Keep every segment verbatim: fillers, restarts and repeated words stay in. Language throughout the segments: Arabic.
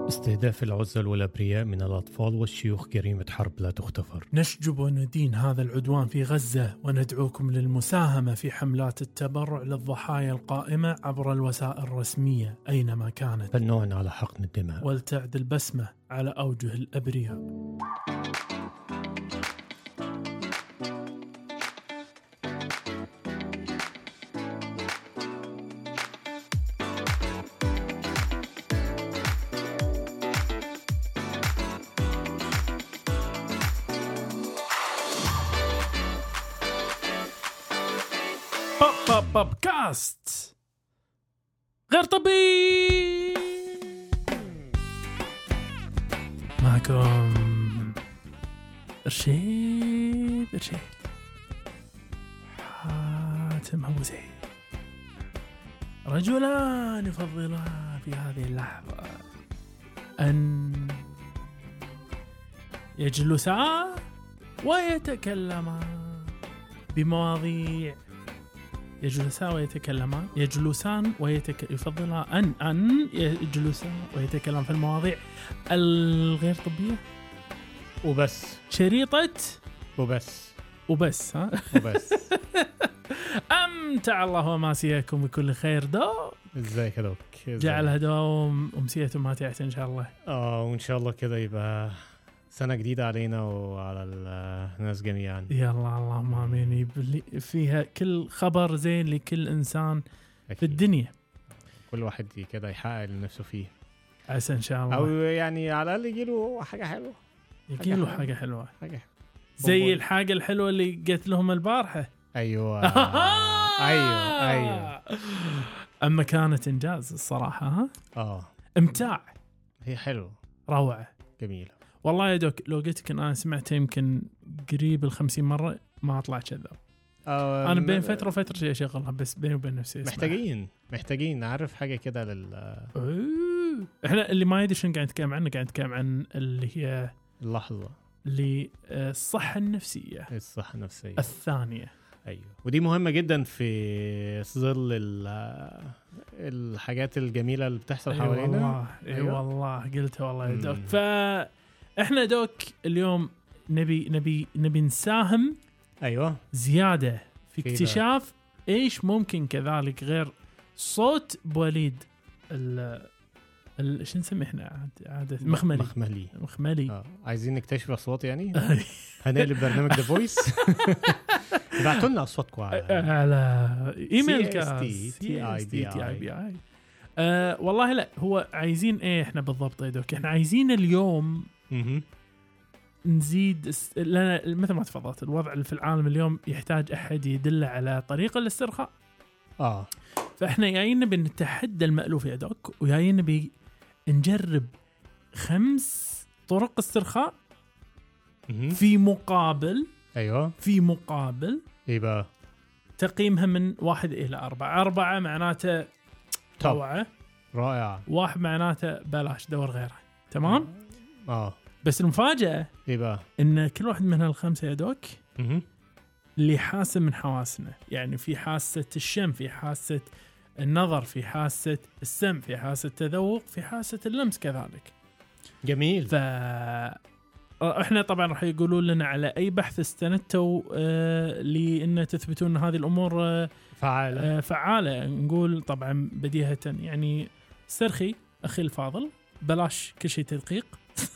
استهداف العزل والأبرياء من الأطفال والشيوخ جريمة حرب لا تغتفر. نشجب وندين هذا العدوان في غزة وندعوكم للمساهمة في حملات التبرع للضحايا القائمة عبر الوسائل الرسمية أينما كانت، فالنوع على حقن الدماء ولتعد البسمة على أوجه الأبرياء. بودكاست غير طبيعي معكم رشيد رشيد حاتم أبو زيد. رجلان يفضلان في هذه اللحظة أن يجلسا ويتكلما بمواضيع يجلسان ويتكلمان يجلسان ويتك... يفضلان أن أن يجلسان ويتكلمان في المواضيع الغير طبية وبس. شريطة وبس وبس ها وبس. أمتع الله وماسيكم بكل خير. دو ازيك يا دوك؟ جعلها دوم ومسيتم ماتعة إن شاء الله. اه وإن شاء الله كده يبقى سنة جديدة علينا وعلى الناس جميعا. يا الله اللهم آمين. فيها كل خبر زين لكل إنسان أكيد. في الدنيا كل واحد كده يحقق لنفسه فيه عسى إن شاء الله، أو يعني على الأقل يجيله حاجة حلوة يجيله حاجة حلوة حاجة زي بوبو. الحاجة الحلوة اللي جت لهم البارحة. أيوة أيوة أيوة. أما كانت إنجاز الصراحة. ها آه إمتاع. هي حلوة روعة جميلة والله يا دوك. لو قلتك أنا سمعتها يمكن قريب الخمسين مرة ما أطلع كذا. آه أنا بين فترة وفترة شيء أشغلها بس بيني وبين نفسي محتاجين محتاجين نعرف حاجة كده لل أوه. إحنا اللي ما يدري شنو قاعد نتكلم عنه قاعد نتكلم عن اللي هي اللحظة اللي الصحة النفسية الصحة النفسية الثانية. أيوة ودي مهمة جدا في ظل الحاجات الجميلة اللي بتحصل أيوة حوالينا. والله أيوة والله قلتها والله يا دوك. فإحنا دوك اليوم نبي نبي نبي نساهم أيوة زيادة في اكتشاف إيش ممكن كذلك غير صوت بوليد ال ال شو نسميه إحنا عادة مخملي مخملي مخملي آه. عايزين نكتشف أصوات يعني هنقلب برنامج The Voice. ابعتوا لنا أصواتكم على إيميل كاس تي آي بي آي. أه والله لا هو عايزين إيه إحنا بالضبط يا دوك. إحنا عايزين اليوم نزيد لنا مثل ما تفضلت الوضع في العالم اليوم يحتاج أحد يدل على طريقة الاسترخاء. آه فإحنا جايين نبي نتحدى المألوف يا دوك وجايين نبي نجرب خمس طرق استرخاء في مقابل أيوة في مقابل إيه بقى تقييمها من واحد إلى أربعة. أربعة معناته روعة رائع، واحد معناته بلاش دور غيره. تمام آه بس المفاجأة إيه بقى إن كل واحد من هالخمسة يا دوك م- اللي حاسة من حواسنا. يعني في حاسة الشم، في حاسة النظر، في حاسة السمع، في حاسة التذوق، في حاسة اللمس كذلك. جميل. ف احنا طبعا راح يقولون لنا على اي بحث استندتوا آه لان تثبتون هذه الامور آه فعالة آه فعالة. نقول طبعا بديهة يعني استرخي اخي الفاضل، بلاش كل شيء تدقيق.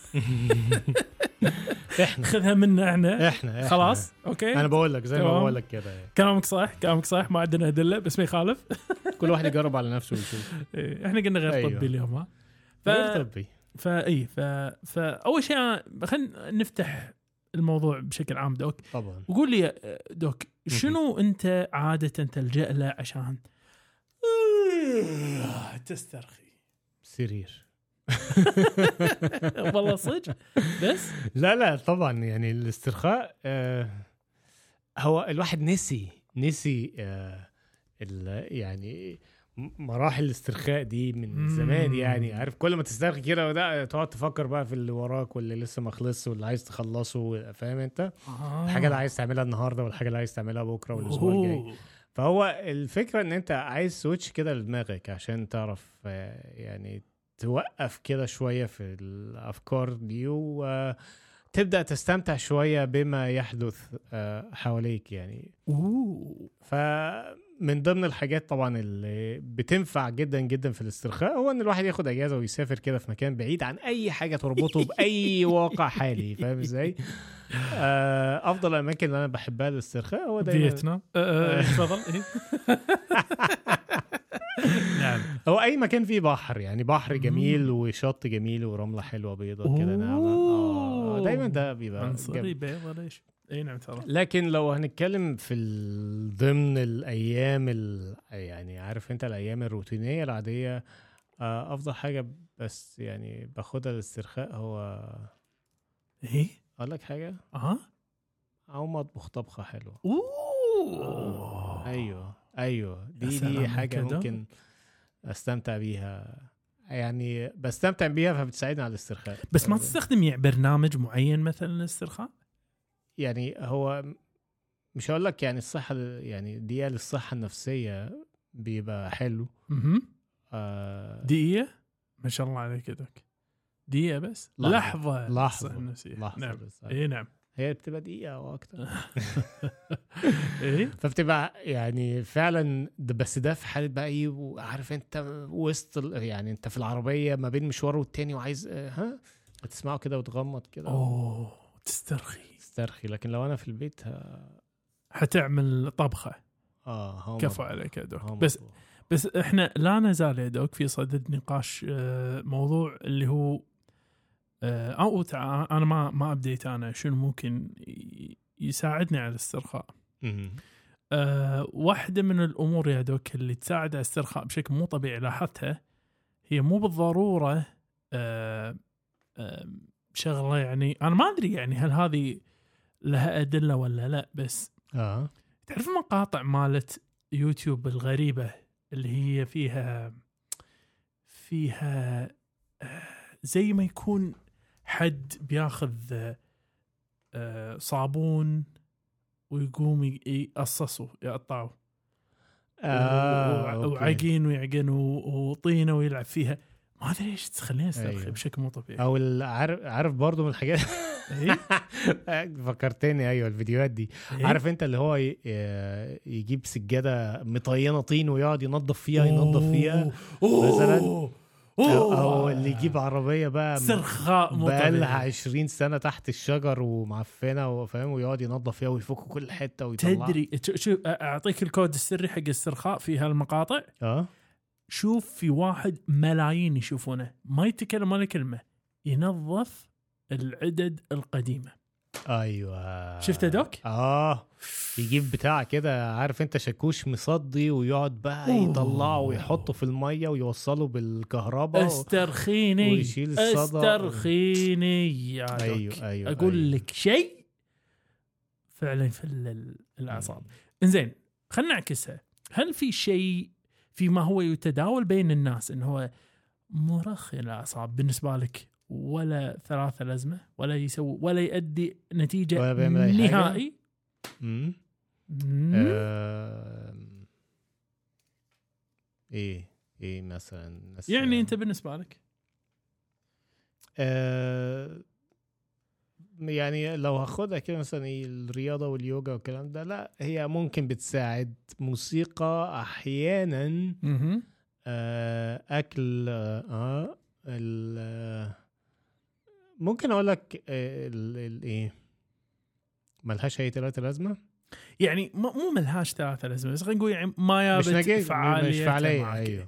احنا خذها منا احنا. احنا خلاص اوكي. انا بقول لك زي ما بقول لك كده يعني. كلامك صح كلامك صح ما عندنا ادله بس ما يخالف. كل واحد يجرب على نفسه ويشوف. احنا قلنا غير أيوه. طبي اليوم. ها ف... غير طبي. فاي ف... فاول شيء خلينا نفتح الموضوع بشكل عام دوك. طبعا وقول لي دوك شنو انت عاده تلجأ له عشان تسترخي؟ سرير. والله صدق بس لا لا طبعا يعني الاسترخاء آه هو الواحد نسي نسي آه يعني مراحل الاسترخاء دي من زمان. يعني عارف كل ما تسترخي كده وده تقعد تفكر بقى في اللي وراك واللي لسه ما خلصش واللي عايز تخلصه. فاهم انت آه. الحاجه اللي عايز تعملها النهارده والحاجه اللي عايز تعملها بكره والاسبوع الجاي. فهو الفكره ان انت عايز سويتش كده لدماغك عشان تعرف يعني توقف كده شوية في الأفكار دي وتبدأ تستمتع شوية بما يحدث حواليك يعني. فمن ضمن الحاجات طبعا اللي بتنفع جدا جدا في الاسترخاء هو ان الواحد ياخد اجازة ويسافر كده في مكان بعيد عن اي حاجة تربطه بأي واقع حالي. فاهم ازاي؟ افضل الاماكن اللي انا بحبها للاسترخاء هو دايما فيتنام. تفضل. نعم. هو اي مكان فيه بحر يعني بحر جميل وشط جميل ورمله حلوه بيضاء كده ناعمه. اه دايما ده بيبقى عنصري بيضاء ليش؟ اي نعم ترى. لكن لو هنتكلم في ضمن الايام يعني عارف انت الايام الروتينيه العاديه افضل حاجه بس يعني باخدها للاسترخاء هو ايه اقول لك حاجه اه او مطبخ طبخه حلوه. اوه ايوه ايوه دي دي حاجه ممكن استمتع بيها يعني بستمتع بيها فبتساعدني على الاسترخاء. بس ما تستخدم يعني برنامج معين مثلا للاسترخاء يعني هو مش هقول لك يعني الصحه يعني دقيقه للصحه النفسيه بيبقى حلو. اها آه دقيقه ما شاء الله عليك يا دوك دقيقه بس لحظه لحظه لحظه, لحظة نعم اي نعم هي بتبقى دقيقة أو أكتر. إيه فبتبقى يعني فعلا ده بس ده في حالة بقى إيه وعارف أنت وسط يعني أنت في العربية ما بين مشوار والتاني وعايز ها تسمعه كده وتغمض كده. أوه تسترخي تسترخي. لكن لو أنا في البيت ها... هتعمل طبخة. آه كفو عليك يا دوك. بس بس إحنا لا نزال يا دوك في صدد نقاش موضوع اللي هو أو أنا ما ما أبديت أنا شنو ممكن يساعدني على الاسترخاء. أه واحدة من الأمور يا دوك اللي تساعد على الاسترخاء بشكل مو طبيعي لاحظتها هي مو بالضرورة أه أه شغلة يعني أنا ما أدري يعني هل هذه لها أدلة ولا لا بس آه. تعرف مقاطع مالت يوتيوب الغريبة اللي هي فيها فيها أه زي ما يكون حد بياخذ أه صابون ويقوم يقصصه يقطعه آه وعجين ويعجن وطينه ويلعب فيها ما ادري ايش تخليني استرخي أيوه. بشكل مو طبيعي. او عارف عارف برضه من الحاجات فكرتني ايوه الفيديوهات دي. إيه؟ عارف انت اللي هو يجيب سجاده مطينه طين ويقعد ينظف فيها ينظف فيها مثلا او اللي يجيب عربيه بقى استرخاء بقى لها عشرين سنه تحت الشجر ومعفنه وفاهم ويقعد ينظف فيها ويفك كل حته ويطلع. تدري شو اعطيك الكود السري حق الاسترخاء في هالمقاطع. اه شوف في واحد ملايين يشوفونه ما يتكلم ولا كلمه ينظف العدد القديمه. ايوه شفته دوك. اه يجيب بتاع كده عارف انت شاكوش مصدي ويقعد بقى يطلعه ويحطه في الميه ويوصله بالكهرباء استرخيني ويشيل الصدى. استرخيني يا دوك. أيوة أيوة اقول أيوة. لك شيء فعلا في الاعصاب. انزين خلينا نعكسها. هل في شيء فيما هو يتداول بين الناس انه هو مرخي الاعصاب بالنسبه لك ولا ثلاثة لازمة ولا يسوي ولا يؤدي نتيجة نهائي؟ امم أه... ايه ايه مثلا يعني انت بالنسبة لك أه... يعني لو هاخدها كده مثلا الرياضة واليوجا والكلام ده لا هي ممكن بتساعد. موسيقى احيانا أه... اكل اه ال ممكن اقول لك الايه ملهاش اي ثلاثه لازمه يعني مو ملهاش ثلاثه لازمه بس خلينا نقول يعني ما يابت فعاليه مش فعاليه. ايوه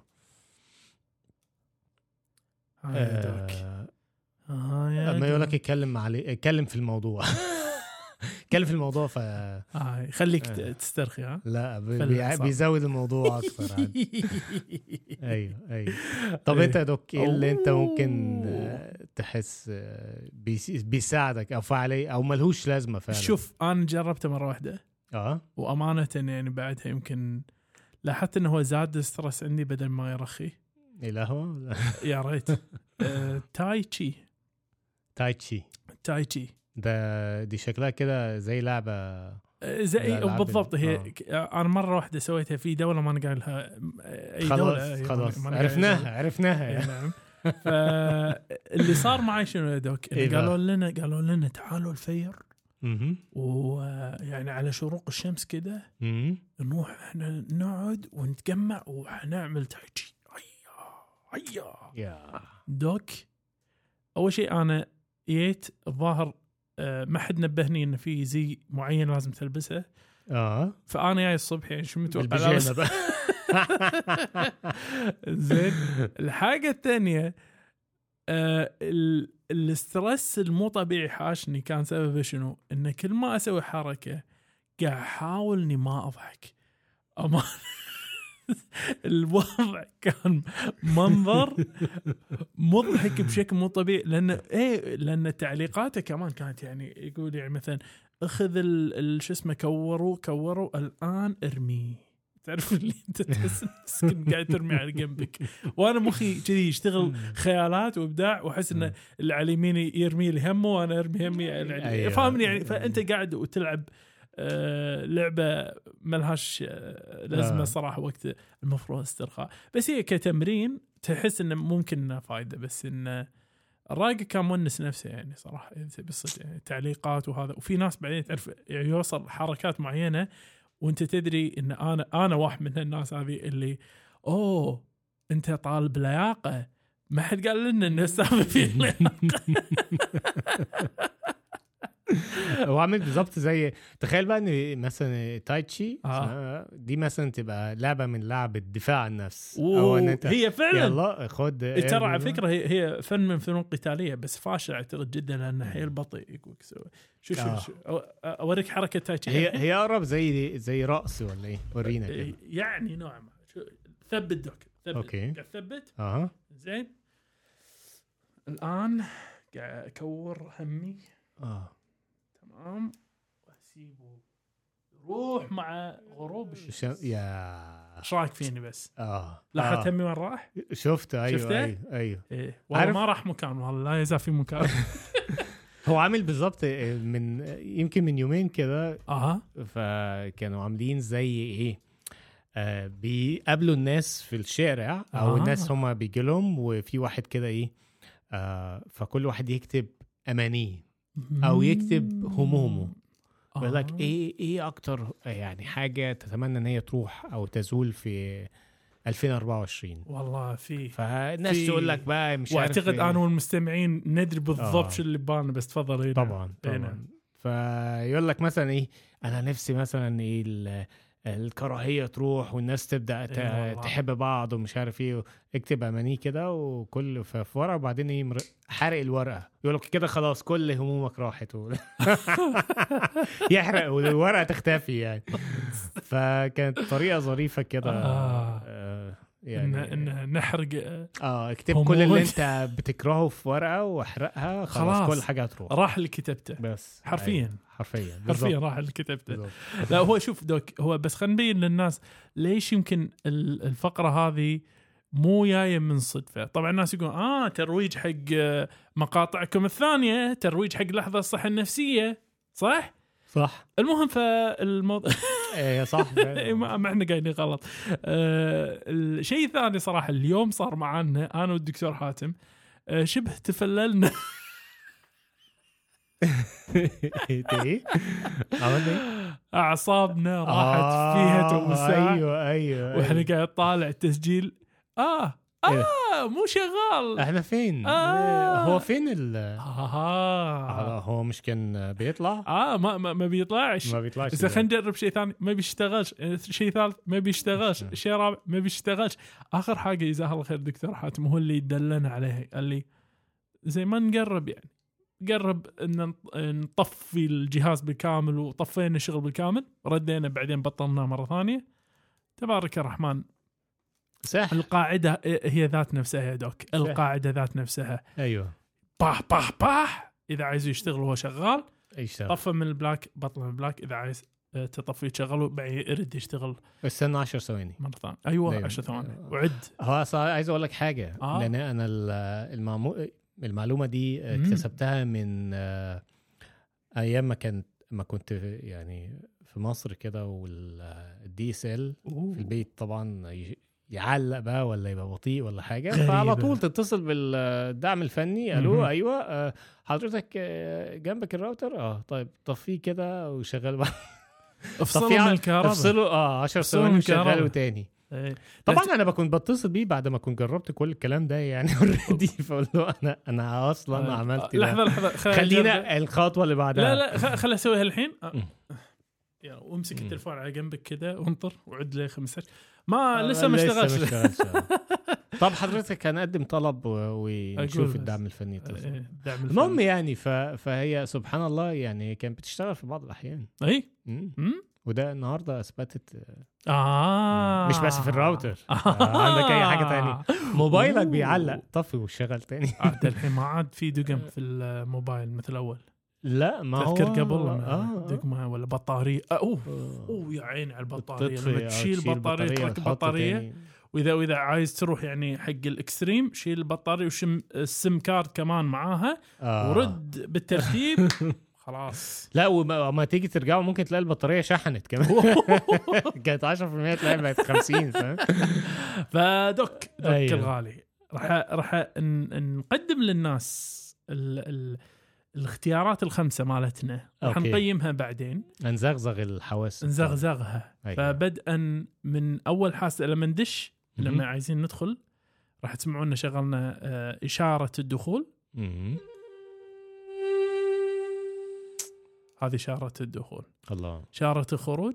آه آه ما يقول لك اتكلم عليه اتكلم في الموضوع اتكلم في الموضوع ف آه خليك آه. تسترخي. ها لا بي... بيزود الموضوع اكثر. ايوه ايوه طب انت يا دوك ايه اللي انت ممكن تحس بيساعدك او فعالي او ملهوش لازمه فعلا؟ شوف انا جربته مره واحده اه وامانه يعني بعدها يمكن لاحظت انه هو زاد الستريس عندي بدل ما يرخي. القهوه يا ريت. آه، تاي تشي تاي تشي تاي تشي ده دي شكلها كده زي لعبة زي بالضبط. هي آه. انا مره واحده سويتها في دوله ما نقالها اي خلاص دوله خلاص عرفناها عرفناها نعم. فاللي صار معي شنو يا دوك؟ إيه قالوا بقى؟ لنا قالوا لنا تعالوا الفير، مهم. ويعني على شروق الشمس كده مهم. نروح احنا نقعد ونتجمع وحنعمل تايتشي. هيا هيا يا دوك. اول شيء انا جيت الظاهر آه، ما حد نبهني انه في زي معين لازم تلبسه، اه فانا جاي الصبح يعني شو متوقع بالبيجامه لابس. بقى. زين. الحاجه الثانيه آه ال- الاسترس المو طبيعي حاشني، كان سببه شنو؟ ان كل ما اسوي حركه قاعد احاول اني ما اضحك. اما الوضع كان منظر مضحك بشكل مو طبيعي، لان ايه لان تعليقاته كمان كانت يعني يقول يعني مثلا اخذ ال- ال- شو اسمه كوروا كوروا الان ارمي. تعرف اللي انت تحس مسكين قاعد ترمي على جنبك، وانا مخي كذي يشتغل خيالات وابداع، واحس ان اللي على يميني يرمي لي همه وانا ارمي همي يعني أيوة. فاهمني يعني. فانت قاعد وتلعب آه لعبه ملهاش آه لازمه آه. صراحه وقت المفروض استرخاء، بس هي كتمرين تحس انه ممكن فايده، بس انه الراقي كان مونس نفسه يعني صراحه بس يعني تعليقات وهذا. وفي ناس بعدين تعرف يعني يوصل حركات معينه وانت تدري ان انا انا واحد من الناس هذه اللي اوه انت طالب لياقه، ما حد قال لنا ان السالفه في لياقه. هو عامل بالظبط زي تخيل بقى ان مثلا تايتشي آه. دي مثلا تبقى لعبه من لعب الدفاع عن النفس، او ان انت هي فعلا يلا خد ترى على فكره هي هي فن من فنون قتاليه، بس فاشل اعتقد جدا لانه حيل بطيء. يقول شو شو, آه. شو اوريك حركه تايتشي. هي هي اقرب زي زي رقص ولا ايه؟ ورينا كده. يعني نوع ما شو ثبت دوك ثبت. أوكي. قاعد ثبت اها زين. الان قاعد اكور همي اه تمام، واسيبه يروح مع غروب الشمس. شا... يا ايش رايك فيني بس؟ اه لاحظت آه. همي وين راح؟ شفته ايوه شفته؟ ايوه ايوه ايه والله عارف- ما راح مكان، والله لا يزال في مكان. هو عامل بالظبط من يمكن من يومين كده، اها فكانوا عاملين زي ايه آه بيقابلوا الناس في الشارع او آه. الناس هما بيجي لهم، وفي واحد كده ايه آه فكل واحد يكتب امانيه او يكتب همومه، بيقول لك ايه ايه اكتر يعني حاجه تتمنى ان هي تروح او تزول في ألفين وأربعة وعشرين. والله في فالناس في- تقول لك بقى مش عارف واعتقد إيه. انا والمستمعين ندري بالضبط آه. شو اللي بانا، بس تفضل هنا. طبعا هنا. طبعا. فيقول لك مثلا ايه انا نفسي مثلا ايه ال- الكراهيه تروح والناس تبدا ت- إيه والله. تحب بعض ومش عارف ايه، اكتب امانيه كده وكل ف- في ورقه، وبعدين ايه مر- حرق الورقه، يقول لك كده خلاص كل همومك راحت و... يحرق والورقه تختفي يعني. فكانت طريقه ظريفه كده. آه. آه إن يعني إن نحرق اه اكتب كل اللي همومك. انت بتكرهه في ورقه واحرقها، خلاص, خلاص. كل حاجه هتروح. راح اللي كتبته بس حرفياً. أيوة. حرفيا حرفيا بالظبط. راح اللي كتبته. بالظبط. لا هو شوف دوك، هو بس خلينا نبين للناس ليش يمكن ال- الفقره هذه مو جايه من صدفه. طبعا الناس يقولون اه ترويج حق آه، مقاطعكم الثانيه، ترويج حق لحظه الصحه النفسيه، صح؟ صح المهم فالموضوع ايه صح إيه، ما ما احنا قايلين غلط. آه الشيء الثاني صراحه اليوم صار معنا انا والدكتور حاتم آه شبه تفللنا. ايه عملت ايه؟ اعصابنا راحت فيها تو الساعه. ايوه ايوه واحنا قاعد طالع التسجيل اه إيه؟ اه مو شغال. احنا فين؟ آه. هو فين ال آه. آه، هو مش كان بيطلع؟ اه ما ما, ما بيطلعش. ما بيطلعش. اذا خلينا نجرب شيء ثاني ما بيشتغلش، شيء ثالث ما بيشتغلش، شيء رابع ما بيشتغلش. اخر حاجه جزاه الله خير دكتور حاتم هو اللي دلنا عليها، قال لي زي ما نقرب يعني قرب ان نطفي الجهاز بالكامل، وطفينا الشغل بالكامل، ردينا بعدين بطلناه مره ثانيه. تبارك الرحمن. صح. القاعده هي ذات نفسها يا دوك، القاعده ذات نفسها. ايوه باه باه باه اذا عايز يشتغل وهو شغال يشتغل، طفى من البلاك بطل من البلاك، اذا عايز تطفي تشغله بعدين يرد يشتغل استنى عشر ثواني مره ثانيه. ايوه أيوة. عشر ثواني وعد. هو أصلاً عايز اقول لك حاجه آه. لان انا ال- المعمو... المعلومه دي اكتسبتها من آه، ايام ما كانت ما كنت يعني في مصر كده، والدي اس ال في البيت طبعا ي- يعلق بقى ولا يبقى بطيء ولا حاجه، فعلى طول تتصل بالدعم الفني. الو ايوه آه حضرتك آه جنبك الراوتر اه طيب طفيه كده وشغل بقى افصلوا من الكهرباء، افصلوا اه عشر ثواني وشغله تاني. ايه. طبعا انا بكون بتصل بيه بعد ما اكون جربت كل الكلام ده يعني اوريدي، فاقول له انا انا اصلا آه. عملت لحظه لحظه خلينا الخطوه اللي بعدها. لا لا خليني اسويها الحين. يلا وامسك التليفون على جنبك كده وانطر وعد له خمسة ما آه لسه ما اشتغلش. طب حضرتك هنقدم طلب ونشوف الدعم الفني. المهم يعني ف... فهي سبحان الله يعني كانت بتشتغل في بعض الاحيان. اي وده النهارده اثبتت اه مش بس في الراوتر آه. آه. عندك اي حاجه تانية موبايلك بيعلق طفي وشغل تاني. عاد الحين ما عاد في دقم في الموبايل مثل اول. لا ما هو تذكر قبل آه. دقمه ولا بطاريه اوه اوه يا عيني على البطاريه لما تشيل البطاريه تركب بطاريه. واذا واذا عايز تروح يعني حق الاكستريم شيل البطاريه وشم السم كارد كمان معاها آه. ورد بالترتيب خلاص. لا وما تيجي ترجعوا ممكن تلاقي البطاريه شحنت كمان كانت عشرة بالمية تلاقي بقت خمسين. فاهم؟ فدوك دوك أيوه. الغالي راح راح نقدم للناس ال ال الاختيارات الخمسه مالتنا راح نقيمها بعدين، نزغزغ الحواس نزغزغها. أيوة. فبدءا من اول حاسه لما ندش لما عايزين ندخل راح تسمعونا شغلنا آه اشاره الدخول. م- هذه اشاره الدخول. الله. اشاره الخروج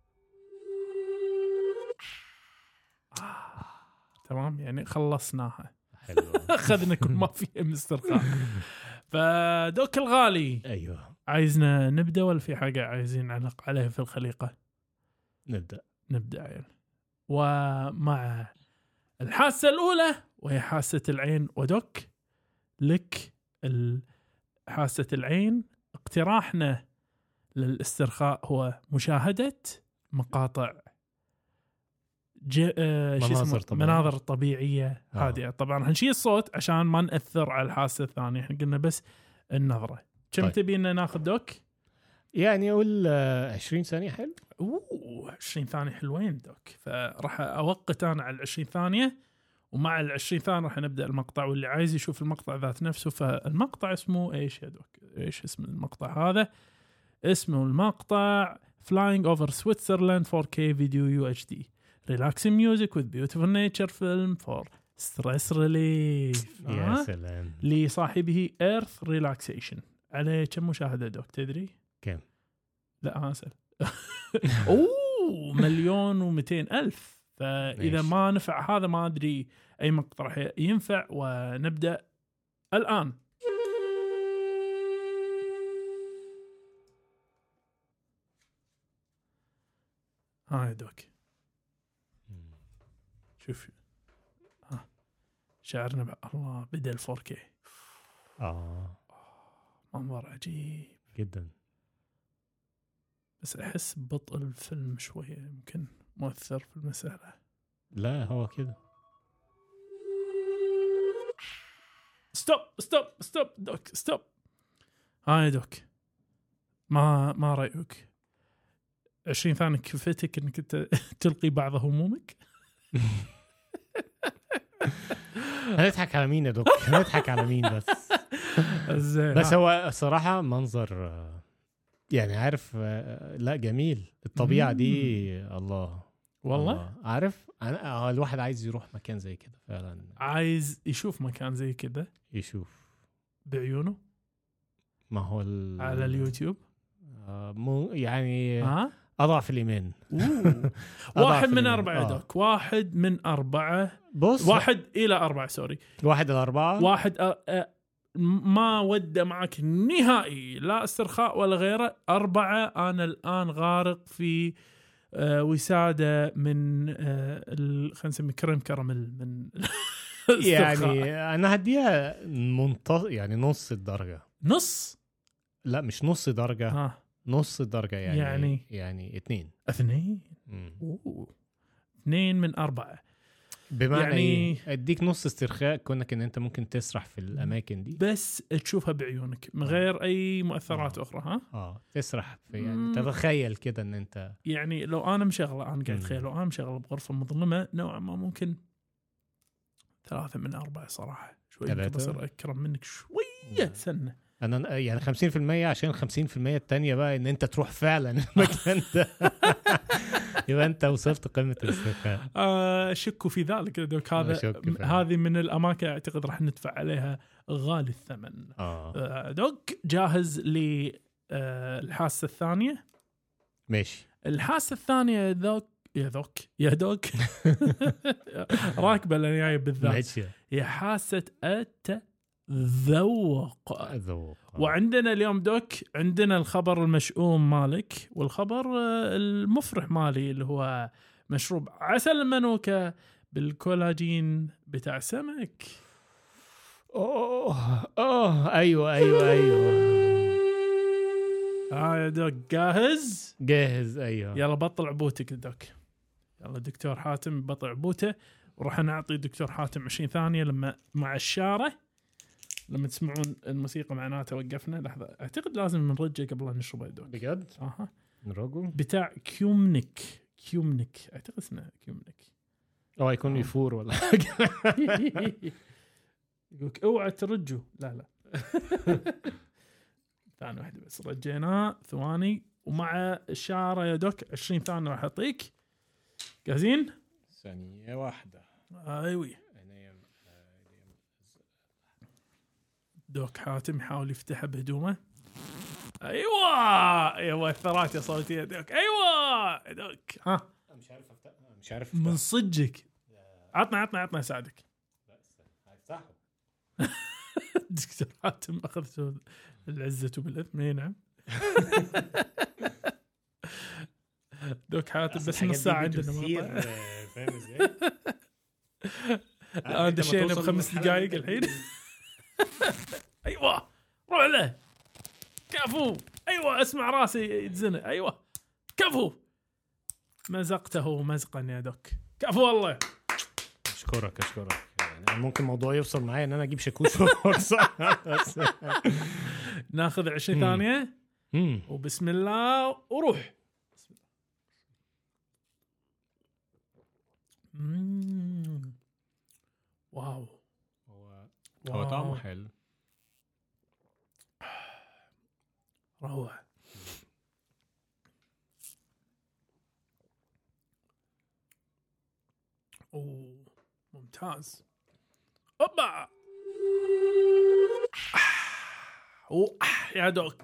آه. تمام يعني خلصناها. حلو. اخذنا كل ما فيه مسترخاء. فدوك الغالي ايوه عايزنا نبدا ولا في حاجه عايزين نعلق عليها في الخليقه؟ نبدا نبدا يعني. ومع الحاسه الاولى وهي حاسه العين. ودوك لك حاسه العين. اقتراحنا للاسترخاء هو مشاهده مقاطع ج... آه مناظر طبيعية. مناظر طبيعية هادئة. طبعا هنشيل الصوت عشان ما نأثر على الحاسة الثانية، احنا قلنا بس النظرة. كم طيب. تبينا ناخذ دوك؟ يعني اقول عشرين ثانية. حلو. اوه عشرين ثانية حلوين دوك. فراح اوقت انا على العشرين ثانية ومع العشرين ثانية راح نبدأ المقطع. واللي عايز يشوف المقطع ذات نفسه فالمقطع اسمه ايش يا دوك؟ ايش اسم المقطع هذا؟ اسمه المقطع Flying over Switzerland فور كي Video يو اتش دي Relaxing music with beautiful nature film for stress relief. يا آه؟ سلام. لصاحبه Earth Relaxation. عليه كم مشاهدة دوك تدري؟ كم؟ لا أسأل. أوه مليون ومئتين ألف. فإذا ماشي. ما نفع هذا ما أدري أي مقطع راح ينفع. ونبدأ الآن. هاي دوك شوف ها شعرنا بقى. الله بدأ الفور كي. آه منظر عجيب جدا. بس أحس ببطء الفيلم شوية يمكن مؤثر في المسألة. لا هو كده. ستوب ستوب ستوب دوك ستوب. هاي دوك ما ما رأيك؟ عشرين ثانية كفتك انك تلقي بعض همومك؟ هنضحك على مين يا دوك؟ هنضحك على مين بس؟ بس هو صراحة منظر يعني عارف لا جميل. الطبيعة دي الله والله الله. عارف أنا الواحد عايز يروح مكان زي كده فعلا. عايز يشوف مكان زي كده يشوف بعيونه. ما هو ال... على اليوتيوب آه مو يعني ها أضعف الإيمان. واحد من أربعة آه. دوك واحد من أربعة. بص واحد إلى أربعة سوري واحد إلى أربعة. واحد أ... أ... ما ودى معك نهائي لا استرخاء ولا غيره. أربعة أنا الآن غارق في آه وسادة من آه ال... خلينا نسمي كريم كراميل من يعني أنا هديها منتص يعني نص الدرجة. نص لا مش نص درجة ها. نص درجة يعني يعني يعني اثنين اثنين. اوه اثنين من أربعة. بمعنى يعني يعني اديك نص استرخاء كونك ان انت ممكن تسرح في الاماكن دي بس تشوفها بعيونك من غير اي مؤثرات آه. اخرى. ها اه تسرح في يعني مم. تتخيل كده ان انت يعني لو انا مشغله انا قاعد مم. اتخيل لو انا مشغله بغرفه مظلمه نوعا ما ممكن ثلاثة من أربعة صراحة شوي ثلاثة؟ بصير أكرم منك شوية سنة. انا يعني خمسين في المية عشان خمسين في المية التانية بقى ان انت تروح فعلا المكان ده يبقى انت وصلت قمة الاسترخاء. آه شكوا في ذلك دوك. هذا أشك فعلا. هذه من الأماكن أعتقد راح ندفع عليها غالي الثمن. اه آه دوك جاهز للحاسة الثانية. ماشي. الحاسة الثانية ذوك يا ذوك يا دوك راكبة لأن جاية بالذات ماشي هي حاسة التذوق. ذوق. وعندنا اليوم دوك عندنا الخبر المشؤوم مالك والخبر آه، المفرح مالي اللي هو مشروب عسل المنوكة بالكولاجين بتاع سمك. اوه اوه ايوه ايوه ايوه اه يا دوك جاهز؟ جاهز ايوه. يلا بطل عبوتك دوك. يلا دكتور حاتم بطل عبوته وراح نعطي دكتور حاتم عشرين ثانية لما مع الشارة لما تسمعون الموسيقى معناته وقفنا لحظة. اعتقد لازم نرجع قبل ان نشربه دوك. بجد اها نرجو بتاع كيومنك كيومنك اعتقد اسمه كيومنك. او يكون يفور ولا حاجه. يقولك اوعى ترجوا. لا لا ثانية واحدة بس رجيناه ثواني ومع الشارة يا دوك عشرين ثانية راح اعطيك. جاهزين؟ ثانية واحدة. ايوي دوك حاتم يحاول يفتحها بهدومه. ايوه ايوه الثرات يا صوتيه دوك. ايوه دوك ها مش عارف افتح مش عارف من صدقك. عطنا عطنا عطنا اساعدك. افتحه. دكتور حاتم اخذته العزة بالاثم. نعم دوك حاتم بس نص ساعة عندنا مرة. فاهم ازاي؟ الان دشينا بخمس دقائق الحين. ايوه روح له كفو. ايوه اسمع راسي يتزنق. ايوه كفو مزقته مزقا يا دوك. كفو والله. اشكرك اشكرك. يعني ممكن موضوع يوصل معايا ان انا اجيب شاكوش. ناخذ عشرين ثانية وبسم الله وروح. مم. واو هو هو طعمه حلو روعة. اوه ممتاز. اوبا اوه يا دوك.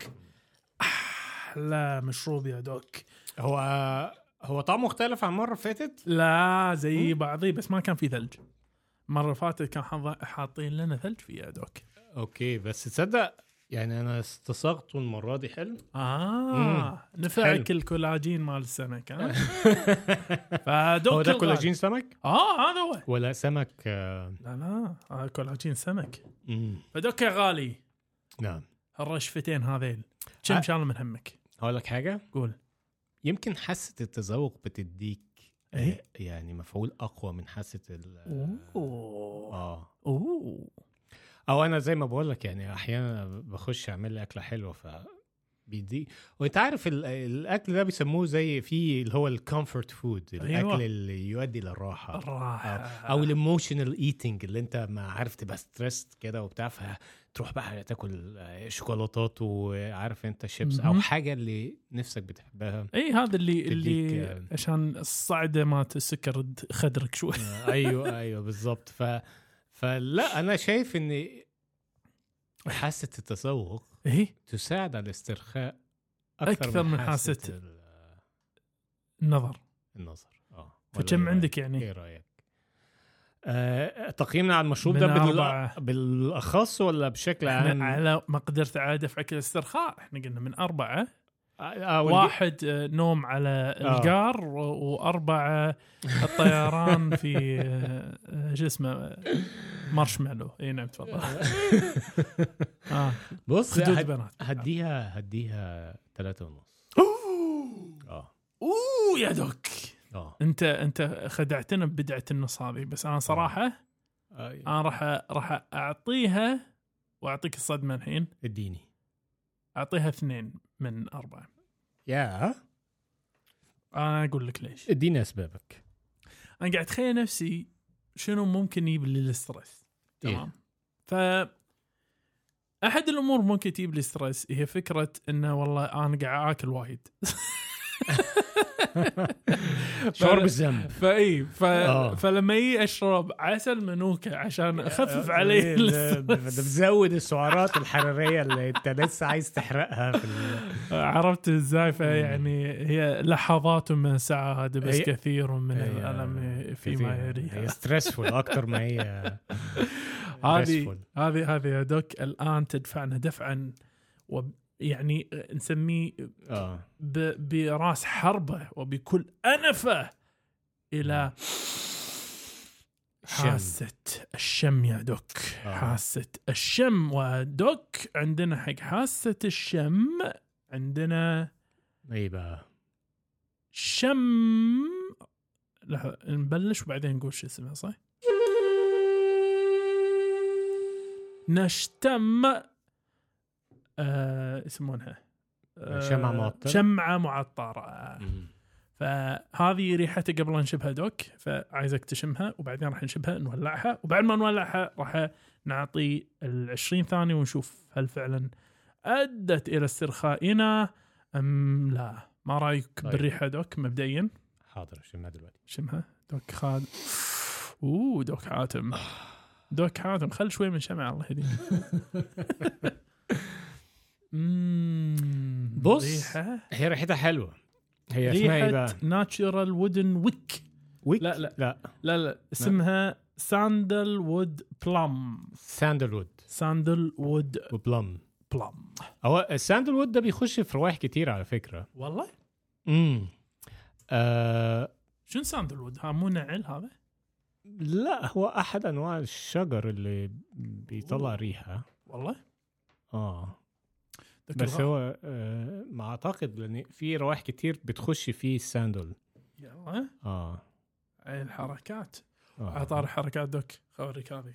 لا مشروب يا دوك. هو هو طعمه مختلف عن مرة فاتت. لا زي بعضي بس ما كان في ثلج. مرة فاتت كان حاطين لنا ثلج فيه يا دوك. اوكي بس تصدق يعني انا استصغته المرة دي حلو. اه نفعك الكولاجين مال السمك. ها فدوك هو ده كولاجين سمك؟ اه هذا هو. ولا سمك آه. لا لا آه كولاجين سمك. مم. فدوك يا غالي. نعم الرشفتين هذيل كم آه. شال من همك؟ هقول لك حاجة. قول. يمكن حاسة التذوق بتديك ايه يعني مفعول اقوى من حاسة ال اوه اه اوه او انا زي ما بقول لك يعني احيانا بخش اعمل لي اكله حلوه ف بيدي. وانت عارف الاكل ده بيسموه زي في اللي هو الكومفورت فود. الاكل أيوة. اللي يؤدي للراحه الراحه او الاموشنال ايتنج اللي انت ما عارف تبقى ستريسد كده وبتاع فتروح بقى تاكل شوكولاتات وعارف انت شيبس او حاجه اللي نفسك بتحبها. اي هذا اللي اللي عشان الصعده مات السكر خدرك شوي. ايوه ايوه بالضبط. ف فلا انا شايف ان حاسه التذوق ايه تساعد على الاسترخاء اكثر, أكثر من, من حاسه النظر النظر اه فكم عندك يعني ايه رايك؟ آه، تقييمنا على المشروب ده بال... بالاخص ولا بشكل عام؟ على ما قدرت عاد افعك الاسترخاء احنا قلنا من أربعة. آه واحد آه نوم على الجار آه. وأربعة الطيران في آه شو اسمه مارشميلو. اي نعم تفضل. آه. بص هد... هديها هديها ثلاثة ونص. اه اوه يا دوك اه انت انت خدعتنا ببدعه النص هذه، بس انا صراحه آه. انا راح راح اعطيها واعطيك الصدمه الحين. اديني اعطيها اثنين من اربعه. يا انا اقول لك ليش. اديني اسبابك. انا قاعد اتخيل نفسي شنو ممكن يجيب لي الاسترس. تمام. ف احد الامور ممكن تجيب لي ستريس هي فكره انه والله انا قاعد اكل وايد. شعور بالذنب. فاي ف... آه. فلما يجي اشرب عسل منوكه عشان اخفف عليه بتزود السعرات الحراريه اللي انت لسه عايز تحرقها في ال... عرفت ازاي؟ فيعني هي لحظات من سعاده بس هي... كثير من هي... الالم فيما يريها. هي ستريسفول اكتر ما هي هذه هذه هذه يا دوك الان تدفعنا دفعا و يعني نسميه آه. براس حربة وبكل أنفة إلى حاسة الشم يا دوك. آه. حاسة الشم ودوك عندنا حق حاسة الشم عندنا اي بقى شم. لحظة نبلش وبعدين نقول شو اسمها صح. نشتم آه يسمونها آه شمعة معطرة. شمعة معطرة. فهذه ريحتها قبل أن نشبها دوك، فعايزك تشمها وبعدين راح نشبها نولعها، وبعد ما نولعها راح نعطي العشرين ثانية ونشوف هل فعلا أدت إلى استرخائنا أم لا. ما رأيك طيب. بالريحة دوك مبدئيا؟ حاضر شمها دلوقتي. شمها دوك خاد. أوه دوك حاتم دوك حاتم خل شوي من شمع الله يهديك. بص ريحة. هي ريحتها حلوة. هي اسمها ايه بقى؟ ناتشورال وودن ويك. ويك؟ لا لا لا لا لا اسمها ساندل وود بلام. ساندل وود. ساندل وود وبلام. بلام. هو الساندل وود ده بيخش في روايح كتير على فكرة. والله امم آه... شنو ساندل وود؟ ها مو نعل هذا؟ لا هو احد انواع الشجر اللي بيطلع ريحة. والله اه بس الغ... هو آه ما اعتقد لان في روائح كتير بتخش فيه الساندل. يلا اه اي الحركات. آه. عطار حركات دوك خوريك هذه.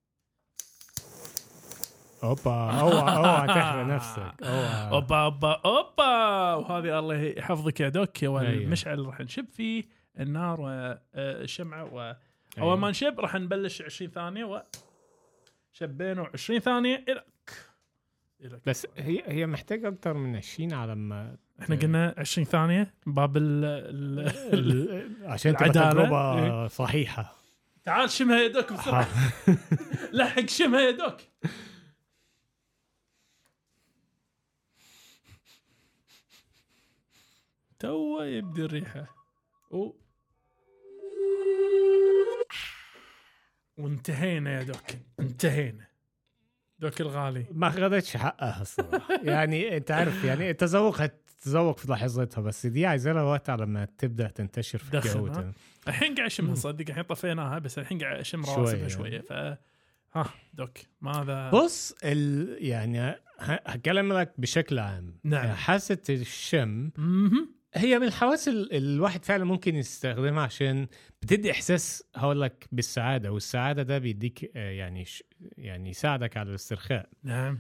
اوبا اوعى اوعى تحرق نفسك. اوبا اوبا اوبا. وهذه الله يحفظك يا دوك. والمشعل راح نشب فيه النار والشمعة و اول ما نشب راح نبلش عشرين ثانية وشبينه عشرين ثانية إلى بس هي هي محتاجة أكتر من عشرين على ما احنا قلنا عشرين ثانية باب ال ال عشان تبقى تجربة صحيحة. تعال شمها يا دوك بسرعة. لحق شمها يا دوك. تو يبدي الريحة و وانتهينا يا دوك. انتهينا دوك الغالي. ما خدتش حقها الصراحة. يعني انت عارف يعني تذوق تذوق في لحظتها، بس دي عايزة لها وقت على ما تبدأ تنتشر في الجو. الحين قاعد اشمها صدق. الحين طفيناها بس الحين قاعد اشم رواسبها شوية. ف ها دوك ماذا؟ بص ال... يعني هكلم لك بشكل عام. نعم. حاسة الشم م- هي من الحواس ال... الواحد فعلا ممكن يستخدمها عشان بتدي إحساس هقول لك بالسعادة، والسعادة ده بيديك يعني ش... يعني يساعدك على الاسترخاء. نعم.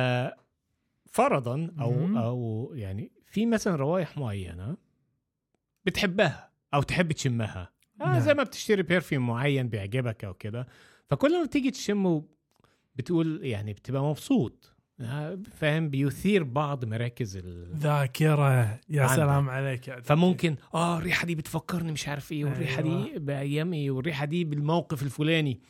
ففرضا أو م- أو يعني في مثلا روايح معينة بتحبها أو تحب تشمها. نعم. آه زي ما بتشتري بيرفيوم معين بيعجبك أو كده، فكل ما تيجي تشمه بتقول يعني بتبقى مبسوط. فاهم؟ بيثير بعض مراكز الذاكرة. يا عندك. سلام عليك يا فممكن اه الريحة دي بتفكرني مش عارف ايه، والريحة أيوة. دي بأيامي، والريحة دي بالموقف الفلاني.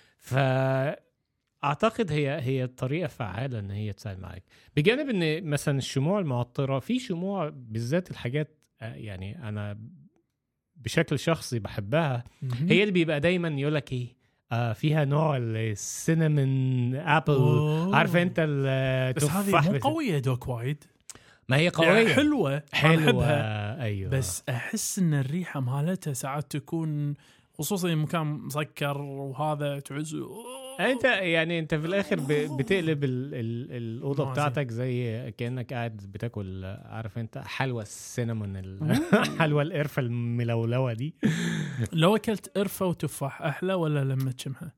فأعتقد هي هي طريقة فعالة ان هي تساعد معاك. بجانب ان مثلا الشموع المعطرة، في شموع بالذات الحاجات يعني انا بشكل شخصي بحبها، هي اللي بيبقى دايما يقولك ايه آه فيها نوع السينامون ابل. أوه. عارف انت التفاح؟ بس هذه مو قوية دوك وايد. ما هي قوية يعني حلوة حلوة ايوه، بس احس ان الريحة مالتها ساعات تكون خصوصا مكان مسكر وهذا تعز انت يعني انت في الاخر ب- بتقلب ال- ال- الاوضه موازي. بتاعتك زي كانك قاعد بتاكل، عارف انت، حلوى السينامون ال- حلوى القرفه الملولوه دي. لو اكلت قرفه وتفاح احلى ولا لما تشمها؟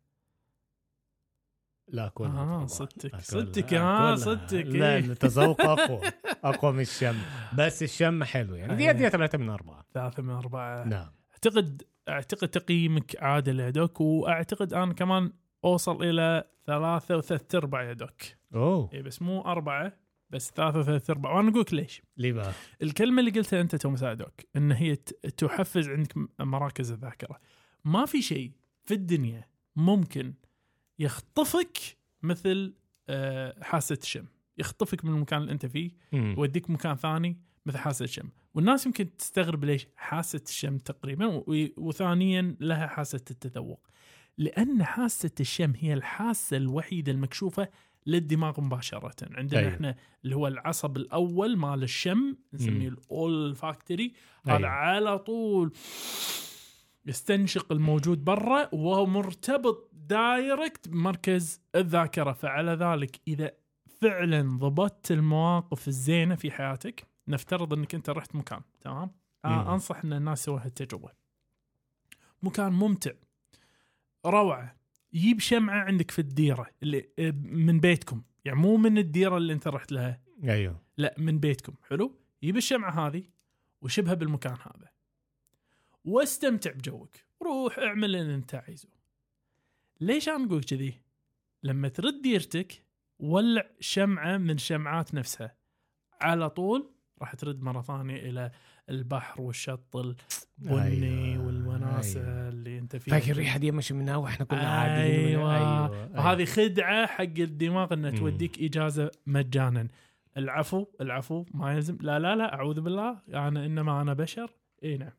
لا كلها اه طبعاً. صدتك أكلها- صدتك اه أكلها. صدتك لا إيه. التذوق اقوى اقوى من الشم، بس الشم حلو يعني. دي دي ثلاثة من أربعة. ثلاثة من أربعة. نعم. اعتقد اعتقد تقييمك عادل يا دوك، واعتقد انا كمان اوصل الى ثلاثة وثلاث ارباع يا دوك. اوه اي بس مو أربعة، بس ثلاثة وثلاث ارباع. وانا اقول لك ليش. ليه بقى؟ الكلمة اللي قلتها انت توم سادوك ان هي ت- تحفز عندك م- مراكز الذاكرة. ما في شيء في الدنيا ممكن يخطفك مثل آه، حاسة الشم. يخطفك من المكان اللي انت فيه مم. يوديك مكان ثاني مثل حاسة الشم. والناس يمكن تستغرب ليش حاسة الشم تقريبا، و- وثانيا لها حاسة التذوق، لأن حاسة الشم هي الحاسة الوحيدة المكشوفة للدماغ مباشرة. عندنا أيوه. احنا اللي هو العصب الأول مال الشم نسميه مم. الأولفاكتوري، هذا أيوه. على طول يستنشق الموجود برا وهو مرتبط دايركت بمركز الذاكرة. فعلى ذلك إذا فعلا ضبطت المواقف الزينة في حياتك، نفترض أنك أنت رحت مكان تمام، مم. آه أنصح أن الناس سووا هالتجربة. مكان ممتع روعة، يجيب شمعة عندك في الديرة اللي من بيتكم، يعني مو من الديرة اللي أنت رحت لها، ايوه لا من بيتكم. حلو، يجيب الشمعة هذه وشبها بالمكان هذا واستمتع بجوك، روح اعمل اللي انت عايزه. ليش انا اقول كذي؟ لما ترد ديرتك ولع شمعة من شمعات نفسها، على طول راح ترد مرة ثانية إلى البحر والشط البني أيوة. والوناسة أيوة. اللي انت فيها. فاكر الريحه دي مش منها واحنا كنا قاعدين. أيوة. ايوه وهذه خدعة حق الدماغ انها مم. توديك اجازة مجانا. العفو العفو ما يلزم، لا لا لا اعوذ بالله، انا انما انا بشر. اي نعم.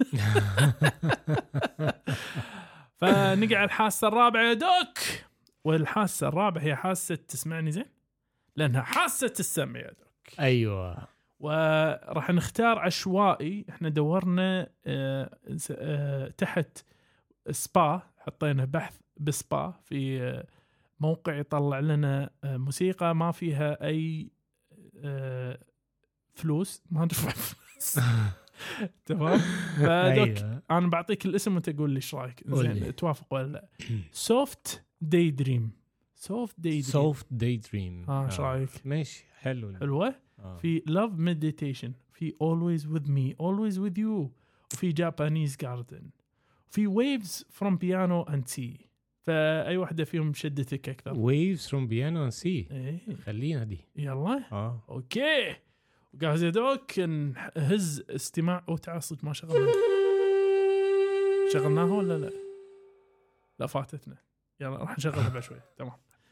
فنقع الحاسة الرابعة يا دوك، والحاسة الرابعة هي حاسة، تسمعني زين، لأنها حاسة السمع يا دوك. ايوه. وراح نختار عشوائي. احنا دورنا اه اه تحت سبا، حطينا بحث بسبا في اه موقع يطلع لنا اه موسيقى ما فيها أي اه فلوس، ما ندفع فلوس. تمام. فدوك أيوة. انا بعطيك الاسم وانت قول لي ايش رايك، قول لي. زين توافق ولا لا؟ سوفت داي دريم. سوفت داي دريم. سوفت داي دريم. اه ايش رايك؟ ماشي حلو. حلوه. آه. في لاف مديتيشن، في always with me always with you، وفي جابانيز جاردن، في waves from piano and sea. فاي واحده فيهم شدتك اكثر؟ waves from piano and sea. ايه خلينا دي. يلا اه اوكي. وجاهز يا دوك نهز استماع. او تعال صدق ما شغلنا، شغلناها ولا لا؟ لا فاتتنا. يلا راح نشغلها بعد شوي. تمام.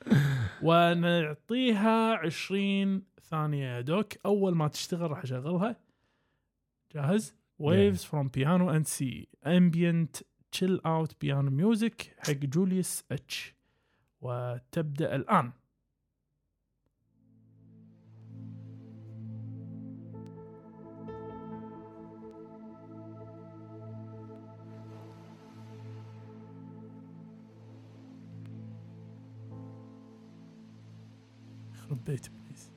ونعطيها عشرين ثانية يا دوك. أول ما تشتغل راح أشغلها. جاهز؟ Waves from piano and sea ambient chill out piano music حق جوليوس اتش. وتبدأ الآن. خرب بيت بليز.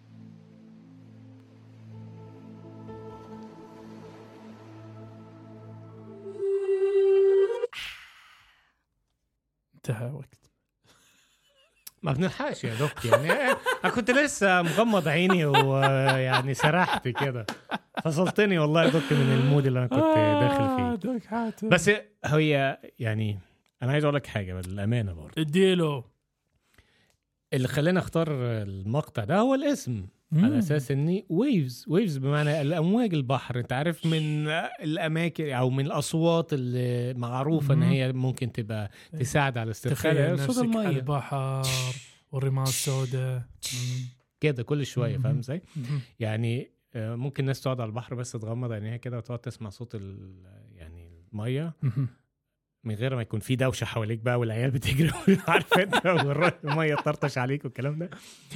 انتهى وقت. ما بنلحقش يا دوك يعني. انا كنت لسه مغمض عيني ويعني سرحت كده، فصلتني والله يا دوك من المود اللي انا كنت داخل فيه. دوك حاتم. بس هي يعني انا عايز اقول لك حاجه بالامانه برضه، اديله. اللي خلاني اختار المقطع ده هو الاسم، على اساس اني ويفز ويفز بمعنى الامواج البحر. انت عارف من الاماكن او من الاصوات اللي معروفه ان هي ممكن تبقى تساعد على استرخاء صوت الميه، البحر والرمال السوداء كده كل شويه. فاهم ازاي؟ يعني ممكن الناس تقعد على البحر بس تغمض عينيها كده وتقعد تسمع صوت يعني الميه من غير ما يكون في دوشه حواليك بقى والعيال بتجري عارف انت والميه تطرطش عليك والكلام ده.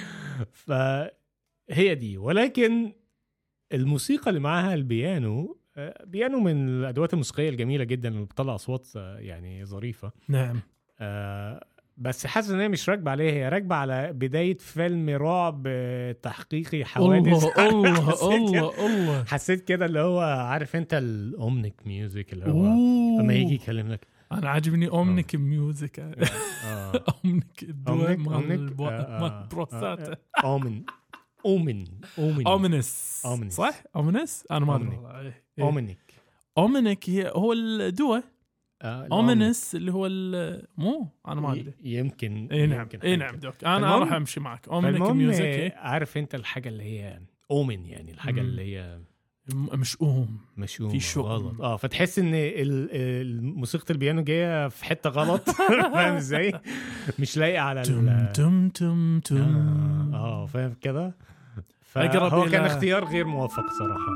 فهي دي. ولكن الموسيقى اللي معاها البيانو، بيانو من الادوات الموسيقيه الجميله جدا اللي بتطلع اصوات يعني ظريفه. نعم. آه بس حاسس ان هي مش راكبه عليه، هي راكبه على بدايه فيلم رعب تحقيقي حوادث. الله الله حسيت الله كده- الله حسيت كده اللي هو عارف انت الاومنيك ميوزك اللي هو أوه. لما يجي يكلم لك انا عاجبني اومنيك ميوزك اه اومنيك الدواء أومنيك- مال أومنيك، البو- آه، مال آه، البروستاتا اومن اومن اومن اومنس أومنس. صح اومنس انا ما ادري أومنيك. والله. إيه. اومنيك اومنيك هي هو الدواء آه، اومنس اللي هو ال- مو انا ما ادري ي- يمكن اي نعم يمكن اي حاجة نعم كده. دوك انا فالمهم- راح امشي معك اومنيك فالمهم، ميوزك إيه؟ عارف انت الحاجه اللي هي اومن، يعني الحاجه مم. اللي هي م- مش اوم مشومه في شؤم. غلط، اه فتحس ان ال- ال- موسيقى البيانو جايه في حته غلط. فاهم ازاي؟ مش لايقه على تم ال تم تم تم اه آه، فاهم كده. أقرب فهو إلى- كان اختيار غير موفق صراحه.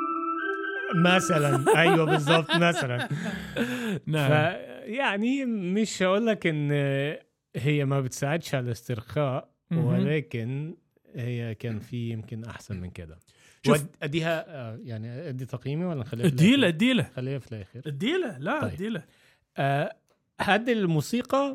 مثلا ايوه بالظبط مثلا. نعم فيعني مش هقول لك ان هي ما بتساعدش على الاسترخاء، مهم. ولكن هي كان في يمكن احسن من كده. شوف. ود- اديها آه، يعني ادي تقييمي ولا نخليها في اديله الآخر؟ اديله خليها في الاخر. اديله لا طيب. اديله آه، هدي الموسيقى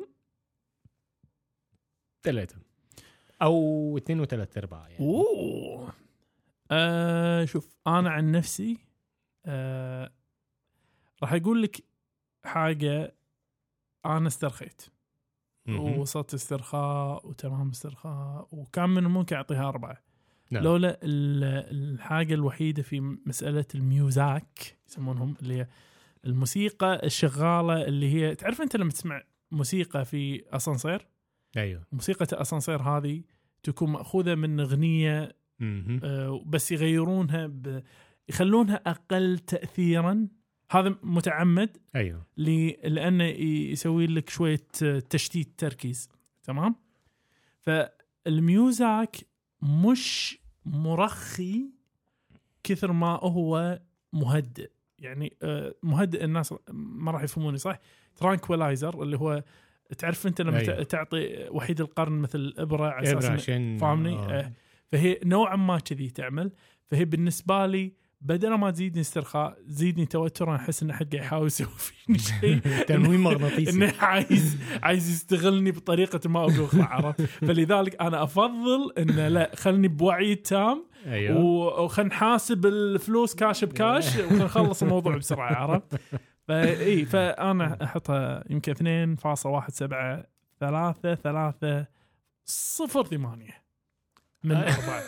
ثلاثة أو اثنين وثلاث أرباع يعني. اوه آه شوف انا عن نفسي آه راح اقول لك حاجه. انا استرخيت مهم. ووصلت استرخاء وتمام استرخاء، وكان من الممكن اعطيها اربعه. نعم. لولا ال- الحاجه الوحيده في مساله الميوزاك يسمونهم اللي هي الموسيقى الشغاله، اللي هي تعرف انت لما تسمع موسيقى في اسانسير، أيوه. موسيقى الاسانسير هذه تكون ماخوذه من اغنيه مهم. آه، بس يغيرونها ب... يخلونها اقل تاثيرا. هذا متعمد أيوه. ل... لانه يسوي لك شويه آه، تشتيت تركيز. تمام. فالميوزك مش مرخي كثر ما هو مهدئ. يعني آه، مهدئ الناس ما راح يفهموني صح. ترانكولايزر اللي هو تعرف انت لما أيوه. تعطي وحيد القرن مثل ابره على اساس إبرة إنه- عشان فاهمني؟ آه. آه. فهي نوعا ما كذي تعمل. فهي بالنسبه لي بدل ما تزيدني استرخاء تزيدني توتر. انا احس ان حد قاعد يحاول يسوي فيني شيء تنويم مغناطيسي. انه عايز عايز يستغلني بطريقه ما اقول عرفت. فلذلك انا افضل انه لا خلني بوعي تام أيوه. وخلنا نحاسب الفلوس كاش بكاش ونخلص الموضوع بسرعه عرفت. فاي فانا احطها يمكن اثنين فاصلة واحد سبعة ثلاثة ثلاثة صفر ثمانية من أربعة.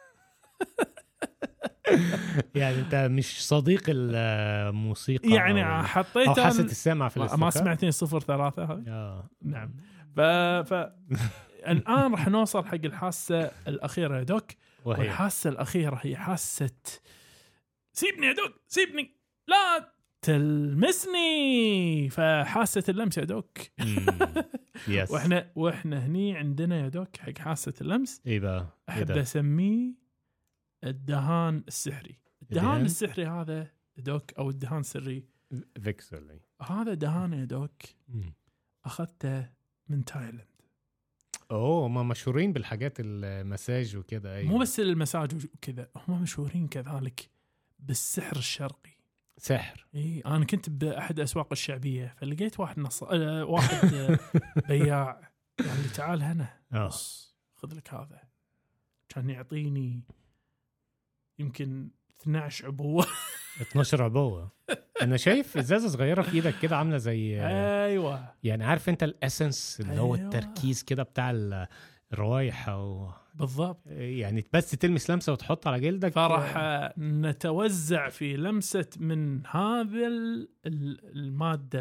يعني أنت مش صديق الموسيقى يعني أو, حطيت أو أنا- حاسة السمع في ما, الاسترخاء. ما سمعتين صفر ثلاثة هذه. آه. نعم. ف, ف... الآن راح نوصل حق الحاسة الأخيرة يا دوك. وهي والحاسة الأخيرة هي حاسة سيبني يا دوك سيبني لا تلمسني. فحاسة اللمس يا دوك. مم. يس. واحنا واحنا هني عندنا يا دوك حق حاسة اللمس إيه بقى؟ إيه احب ده؟ اسميه الدهان السحري. الدهان الدهان؟ السحري هذا دوك او الدهان السري فيكس ولا إيه؟ هذا دهان يا دوك مم. اخذته من تايلاند. اوه ما مشهورين بالحاجات المساج وكده. ايوه مو بس المساج وكذا، هم مشهورين كذلك بالسحر الشرقي. سحر. اي انا كنت باحد الاسواق الشعبيه فلقيت واحد نص آه واحد آه بياع قال لي تعال هنا اه بص خذ لك هذا. كان يعطيني يمكن اثنعش عبوه. اثناشر عبوه. انا شايف ازازه صغيره في ايدك كده عامله زي ايوه يعني عارف انت الاسنس اللي هو أيوة. التركيز كده بتاع الروايح او بالضبط. يعني بس تلمس لمسه وتحط على جلدك. فراح نتوزع في لمسه من هذا الماده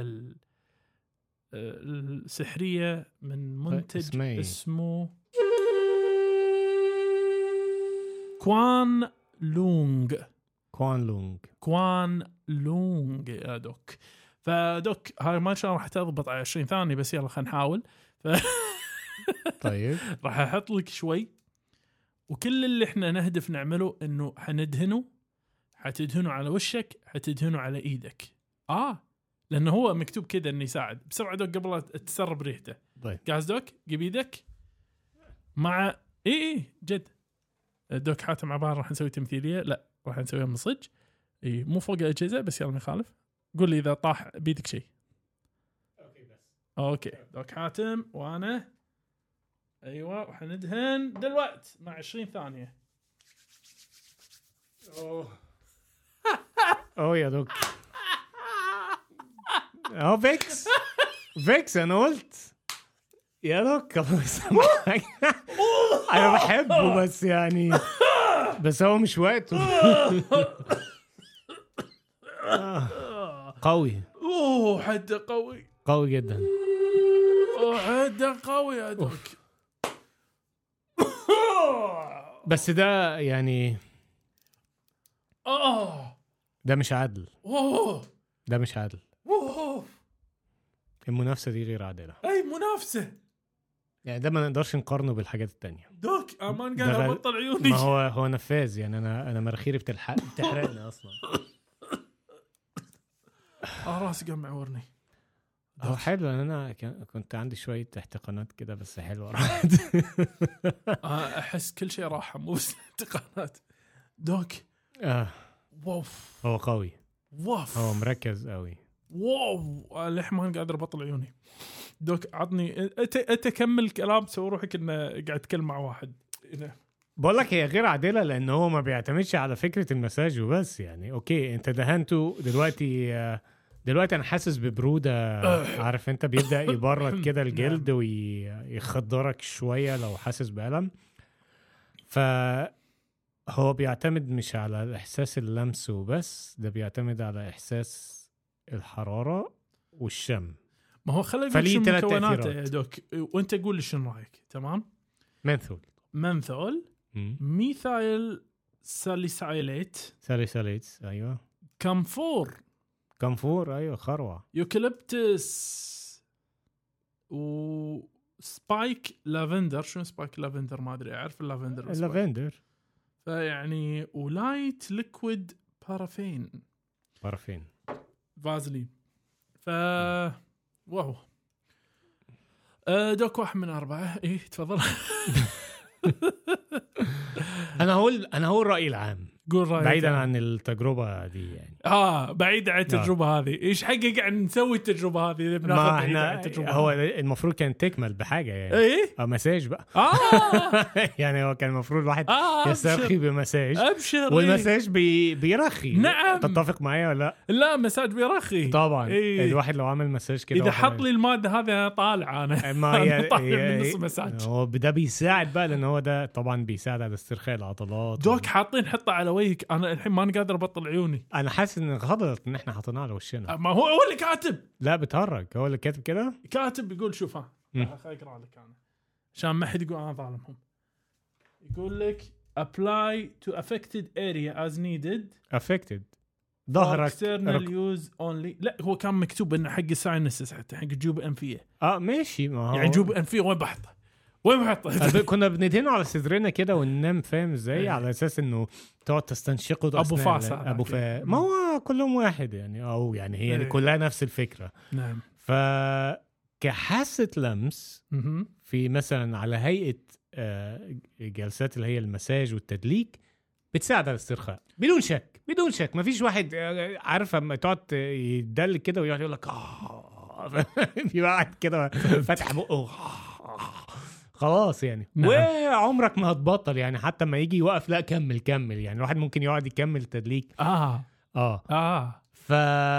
السحريه من منتج اسمه إيه؟ اسمه كوان لونغ. كوان لونغ. كوان لونغ يا دوك. فدوك هاي ما شاء الله راح تضبط على عشرين ثانية بس يلا خلينا نحاول. ف... طيب راح احط لك شوي وكل اللي احنا نهدف نعمله انه حندهنه. حتدهنه على وشك حتدهنه على ايدك. اه لانه هو مكتوب كذا انه يساعد بسرعه دوك قبل تسرب ريحته. طيب جاهز دوك جيب ايدك مع اي اي جد دوك حاتم عبارة راح نسوي تمثيليه. لا راح نسويها من صج. اي مو فوق الاجهزه بس يلا ما يخالف. قول لي اذا طاح بيدك شيء. اوكي بس اوكي دوك حاتم وانا ايوه وحندهن دلوقت مع عشرين ثانيه. اوه اوه يا دوك اه فيكس فيكس انا قلت يا دوك الله يسامحك. انا بحبه بس يعني بس هو مش وقته. قوي اوه حده قوي قوي جدا. اوه حده قوي يا دوك. بس ده يعني اه ده مش عدل. اوه ده مش عدل. اوه المنافسة دي غير عادلة. اي منافسة يعني ده ما نقدرش نقارنه بالحاجات التانية. دوك امان ده قاعد غل- ابطل عيوني. ما هو هو نفاذ يعني انا انا مناخيري بتلحق بتحرقني اصلا. اه راسي قام معورني. هو حلو ان انا كان- كنت عندي شوية احتقانات كده بس حلوة راحت. آه احس كل شيء راح مو بس انتقالات. دوك آه ووف هو قوي ووف هو مركز قوي. واو الحين قادر ابطل عيوني. دوك عطني انت انت كمل كلام سوي روحك انه قاعد اتكلم مع واحد هنا. بقول لك هي غير عادلة لان هو ما بيعتمدش على فكرة المساج وبس. يعني اوكي انت دهنته دلوقتي آه، دلوقتي انا حاسس ببرودة. عارف انت بيبدأ يبرد كده الجلد ويخدرك شوية لو حاسس بألم. فهو بيعتمد مش على احساس اللمس وبس ده بيعتمد على احساس الحرارة والشم. ما هو خلينا فليه نقول ثلاث مكوناته يا تأثيرات. دوك وانت قول لي شنو رايك. تمام. منثول منثول ميثايل ساليسايليت ساليساليتس ايوه كامفور كمفور ايوه خروع يوكاليبتس و سبايك لافندر. شنو سبايك لافندر ما ادري اعرف اللافندر بس لافندر فيعني ولايت ليكويد بارافين بارفين فازلين. ف واو أه دوك واحد من أربعة. إيه تفضل. انا هقول انا هقول رايي العام قول رأيك. بعيدا عن التجربه دي يعني. اه بعيد عن التجربة هذه. ايش حقه قاعد نسوي التجربة هذه إذا بناخذ ما بعيد عن احنا التجربة هو هذه؟ المفروض كان تكمل بحاجه يعني ايه اه مساج بقى. اه يعني هو كان المفروض الواحد اه يسترخي ابشر بمساج ابشر. والمساج بي بيرخي. نعم. تتفق معايا ولا لا؟ لا مساج بيرخي طبعا إيه. الواحد لو عمل مساج كده اذا وخلاص. حط لي المادة هذه طالع انا. ما هي أنا طالع هي- من نص مساج. هو ده بيساعد بقى لان هو ده طبعا بيساعد على استرخاء العضلات. دوك حاطين حطه على وجهك. انا الحين ما قادر ابطل عيوني. انا حاسس ان غلط ان احنا حطيناه على وشنا. ما هو هو اللي كاتب لا بتهرج هو اللي كاتب كده. كاتب يقول شوف ها مم. خليني اقرا لك انا عشان ما حد يقول انا ظالمهم. يقول لك apply to affected area as needed affected for ظهرك external رك... use only. لا هو كان مكتوب انه حق الساينسز حتى حق الجيوب الانفيه. اه ماشي ما هو يعني جيوب الانفيه وين بحطه وين بحطه. أب- كنا بندهنه على صدرنا كده وننام فاهم ازاي إيه. على اساس انه تقعد تستنشقه أبو أثناء فاس ال- هذاك. ابو فاس. ما هو كلهم واحد يعني او يعني هي يعني إيه. كلها نفس الفكره. نعم. ف كحاسه لمس مهم. في مثلا على هيئه آه، جلسات اللي هي المساج والتدليك بتساعد على الاسترخاء بدون شك بدون شك. ما فيش واحد آه، عارف اما تقعد يدلك كده ويقعد يقول لك اه بيبقى قاعد كده فاتح بقه خلاص يعني. نعم. وعمرك ما هتبطل يعني حتى ما يجي يوقف لا كمل كمل يعني. الواحد ممكن يقعد يكمل تدليك. اه اه اه ف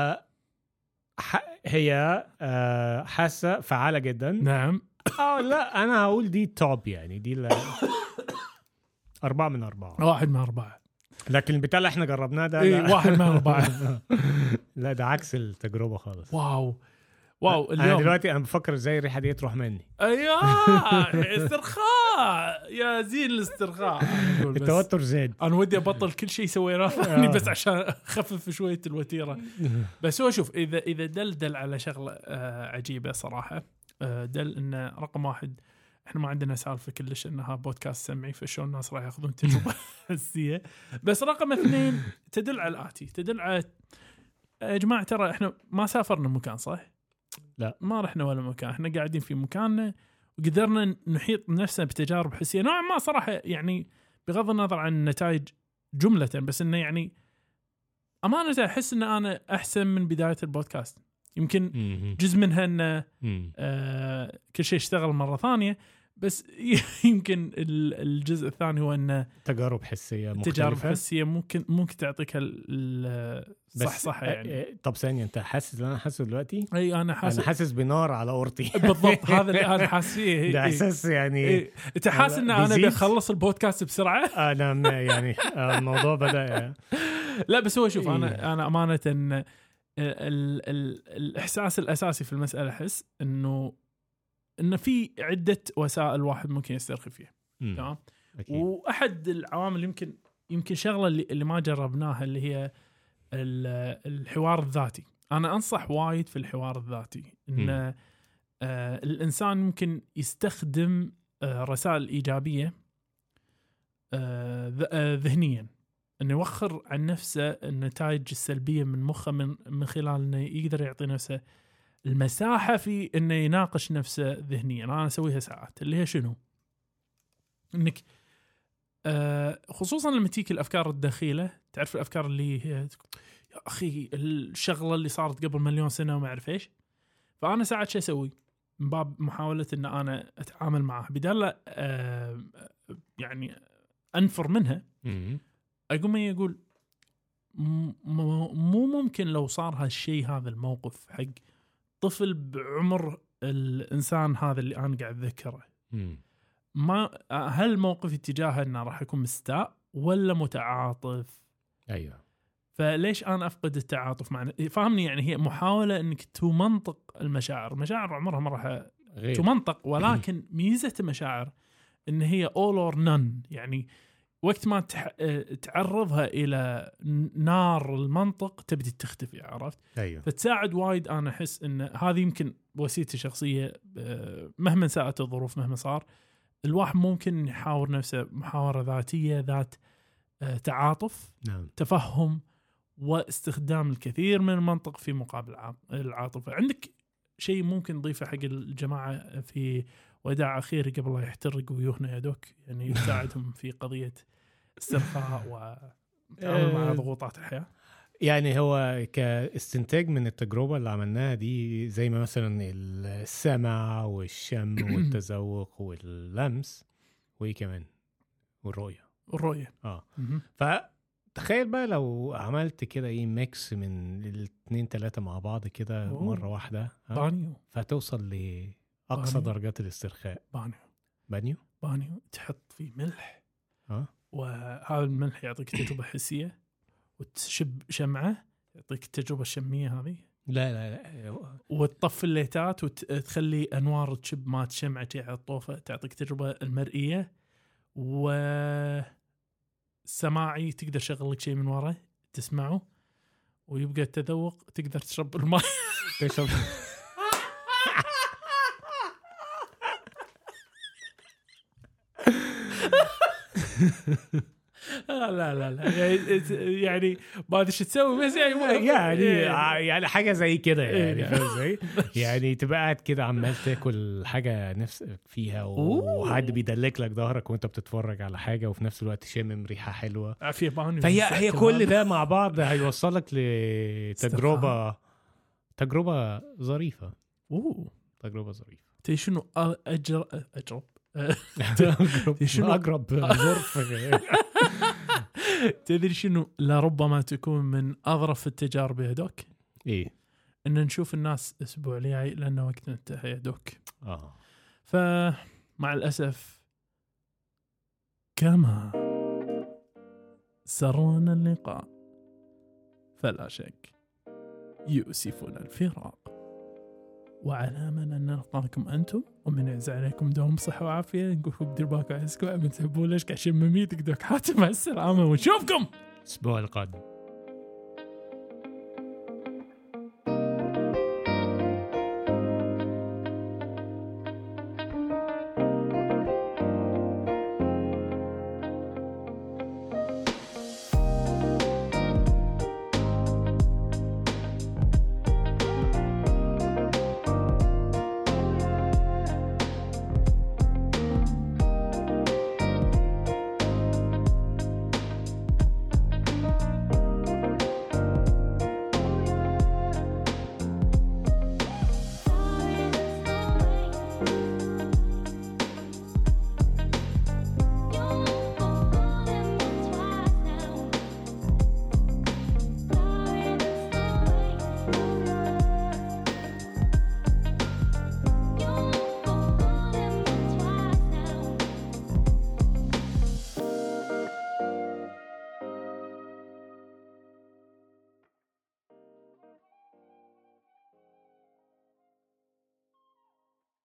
ح- هي آه، حاسه فعاله جدا. نعم. اه لا انا هقول دي توب يعني دي ل... أربعة من أربعة. واحد من أربعة. لكن البتاع اللي احنا جربناه ده إيه لا. واحد من أربعة. لا ده عكس التجربة خالص. واو واو أنا اليوم دلوقتي أنا بفكر إزاي الريحة دي تروح مني. ايوه استرخاء يا زين الاسترخاء. أنا أقول بس التوتر زاد. انا ودي ابطل كل شيء سويناه ثاني بس عشان اخفف شويه الوتيره. بس هو شوف اذا اذا دل دل على شغله آه عجيبه صراحه. آه دل انه رقم واحد احنا ما عندنا سالفه كلش انها بودكاست سمعي فشلون الناس راح ياخذون تجربه حسيه. بس رقم اثنين تدل على الاتي تدل على يا جماعه ترى احنا ما سافرنا مكان صح؟ لا ما رحنا ولا مكان. احنا قاعدين في مكاننا وقدرنا نحيط نفسنا بتجارب حسيه نوعا ما صراحه يعني بغض النظر عن النتائج جمله بس انه يعني امانه احس ان انا احسن من بدايه البودكاست. يمكن جزء منها أن آه كل شيء يشتغل مرة ثانية، بس يمكن الجزء الثاني هو أن تجارب حسية مختلفة. تجارب حسية ممكن ممكن تعطيك صح صح يعني. طب ثانية، أنت حاسس اللي أنا حاسس دلوقتي؟ أي أنا حاسس أنا حاسس بنار على أورتي. بالضبط، هذا اللي أنا حاسس فيه. ده إحساس يعني. أنت حاسس إن أنا بخلص البودكاست بسرعة؟ أنا يعني الموضوع بدأ يعني. لا بس هو شوف، أنا أنا أمانة إن ال ال الإحساس الأساسي في المسألة أحس إنه إن في عدة وسائل واحد ممكن يسترخي فيها. تمام. وأحد العوامل يمكن يمكن شغلة اللي, اللي ما جربناها اللي هي الحوار الذاتي. أنا أنصح وايد في الحوار الذاتي إن آه الإنسان ممكن يستخدم آه رسائل إيجابية آه ذهنيا، إنه يوخر عن نفسه النتائج السلبية من مخه من من خلال إنه يقدر يعطي نفسه المساحة في إنه يناقش نفسه ذهنيا. أنا أسويها ساعات، اللي هي شنو؟ إنك آه خصوصا لما تيجي الأفكار الدخيلة، تعرف الأفكار اللي هي يا أخي الشغلة اللي صارت قبل مليون سنة وما أعرف إيش. فأنا ساعات شو أسوي من باب محاولة إن أنا أتعامل معها بدال آه يعني أنفر منها. أقوم يقول مو ممكن لو صار هالشيء، هذا الموقف حق طفل بعمر الإنسان هذا اللي أنا قاعد أذكره، ما هل موقفي تجاهه إنه راح يكون مستاء ولا متعاطف؟ أيوة. فليش أنا أفقد التعاطف معنا؟ فاهمني؟ يعني هي محاولة إنك تمنطق المشاعر. مشاعر عمرها ما راح تمنطق، ولكن ميزة المشاعر إن هي all or none. يعني وقت ما تح... تعرضها إلى نار المنطق تبدي تختفي، عرفت؟ أيوة. فتساعد وايد. أنا أحس إن هذه يمكن وسيلتي الشخصية، مهما ساءت الظروف مهما صار الواحد ممكن يحاور نفسه محاورة ذاتية ذات تعاطف. نعم. تفهم واستخدام الكثير من المنطق في مقابل العاطفة. عندك شيء ممكن نضيفه حق الجماعة في وداع أخير قبل لا يحترق ويوهنا يا دوك، يعني يساعدهم في قضية استرخاء وتعامل مع ضغوطات الحياة؟ يعني هو كاستنتاج من التجربة اللي عملناها دي، زي ما مثلا السمع والشم والتذوق واللمس وإيه كمان والرؤية الرؤية اه فتخيل بقى لو عملت كده ايه ميكس من الاثنين ثلاثة مع بعض كده مرة واحدة، بانيو، فتوصل لأقصى بانيو. درجات الاسترخاء. بانيو بانيو بانيو تحط فيه ملح اه وهذا الملح يعطيك تجربة حسية، وتشب شمعة يعطيك التجربة الشمية هذه. لا لا لا وتطفي الليتات وتخلي أنوار تشب مات شمعة على الطوفة تعطيك تجربة المرئية. والسماعي تقدر تشغل لك شيء من ورا تسمعه، ويبقى التذوق تقدر تشرب الماء تشرب لا لا لا يعني ما ادري ايش تسوي، بس يعني يعني يعني حاجه زي كده يعني فاهم ازاي؟ يعني تبقى قاعد كده عمال تاكل حاجه نفسك فيها وحد بيدلك لك ظهرك وانت بتتفرج على حاجه، وفي نفس الوقت شامم ريحه حلوه. فهي هي كل ده مع بعض هيوصلك لتجربه تجربه ظريفه. اوه تجربه ظريفه. تي شنو اجر اجرب شنو أقرب ظرف؟ تدري شنو لربما تكون من أظرف التجارب يا دوك؟ إيه؟ إن نشوف الناس أسبوع الجاي لأنه وقتنا انتهى يا دوك. آه. فمع الأسف كما سرنا اللقاء فلا شك يؤسفنا الفراق، وعلى من أن نلقاكم أنتم ومن يعز عليكم دوم صحة وعافية. نقول لكم دير بالكم على الأسبوع، ما تحبوا ليش كعشان مميتك دوك حاتم. مع السلامة ونشوفكم الأسبوع القادم.